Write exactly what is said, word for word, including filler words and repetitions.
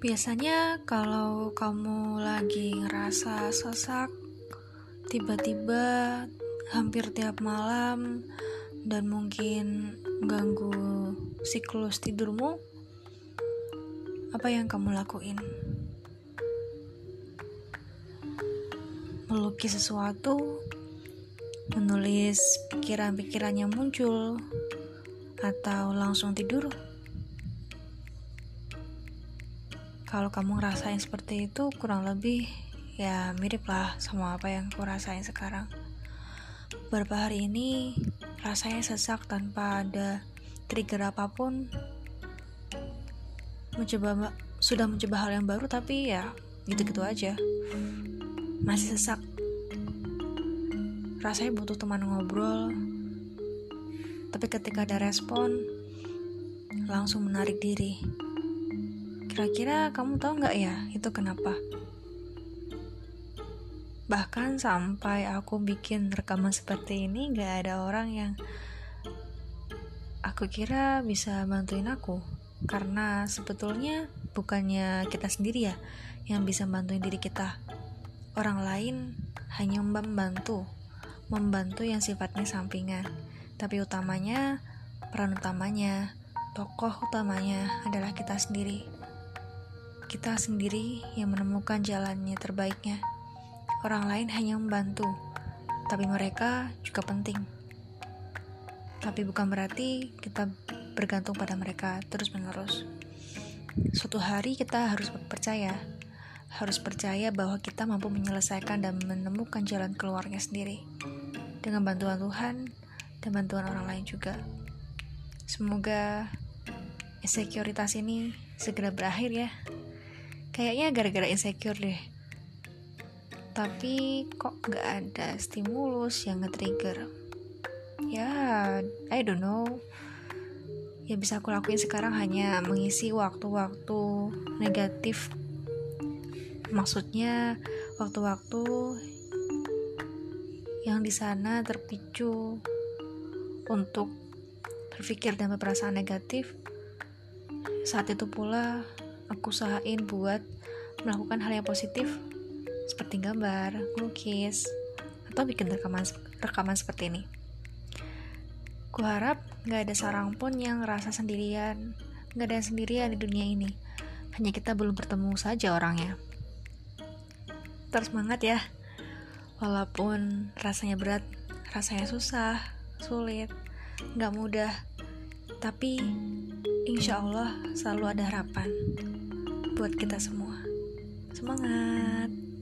Biasanya kalau kamu lagi ngerasa sesak, tiba-tiba hampir tiap malam dan mungkin ganggu siklus tidurmu, apa yang kamu lakuin? Melukis sesuatu, menulis pikiran-pikiran yang muncul, atau langsung tidur? Kalau kamu ngerasain seperti itu, kurang lebih ya mirip lah sama apa yang aku rasain sekarang. Beberapa hari ini rasanya sesak tanpa ada trigger apapun. Mencoba sudah mencoba hal yang baru, tapi ya gitu-gitu aja. Masih sesak. Rasanya butuh teman ngobrol. Tapi ketika ada respon, langsung menarik diri. Kira-kira kamu tahu gak ya itu kenapa? Bahkan sampai aku bikin rekaman seperti ini, gak ada orang yang aku kira bisa bantuin aku. Karena sebetulnya bukannya kita sendiri ya yang bisa bantuin diri kita. Orang lain hanya membantu, membantu yang sifatnya sampingan. Tapi utamanya, peran utamanya, tokoh utamanya adalah kita sendiri. Kita sendiri yang menemukan jalannya terbaiknya. Orang lain hanya membantu, tapi mereka juga penting. Tapi bukan berarti kita bergantung pada mereka terus-menerus. Suatu hari kita harus percaya, harus percaya bahwa kita mampu menyelesaikan dan menemukan jalan keluarnya sendiri. Dengan bantuan Tuhan dan bantuan orang lain juga. Semoga insekuritas ini segera berakhir ya. Kayaknya gara-gara insecure deh. Tapi kok gak ada stimulus yang nge-trigger. Ya, I don't know. Yang bisa aku lakuin sekarang hanya mengisi waktu-waktu negatif. Maksudnya waktu-waktu yang di sana terpicu untuk berpikir dan berperasaan negatif. Saat itu pula aku usahain buat melakukan hal yang positif seperti gambar, melukis, atau bikin rekaman rekaman seperti ini. Kuharap gak ada seorang pun yang ngerasa sendirian. Gak ada yang sendirian di dunia ini. Hanya kita belum bertemu saja orangnya. Terus semangat ya. Walaupun rasanya berat, rasanya susah, sulit, gak mudah, tapi insya Allah selalu ada harapan buat kita semua. Semangat!